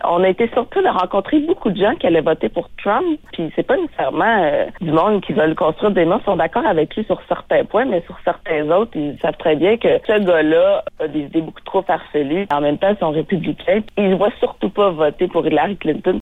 On a été surpris de rencontrer beaucoup de gens qui allaient voter pour Trump. Puis c'est pas nécessairement du monde qui veulent construire des murs. Ils sont d'accord avec lui sur certains points, mais sur certains autres, ils savent très bien que ce gars-là a des idées beaucoup trop farfelues. En même temps, ils sont républicains. Ils ne voient surtout pas voter pour Hillary Clinton.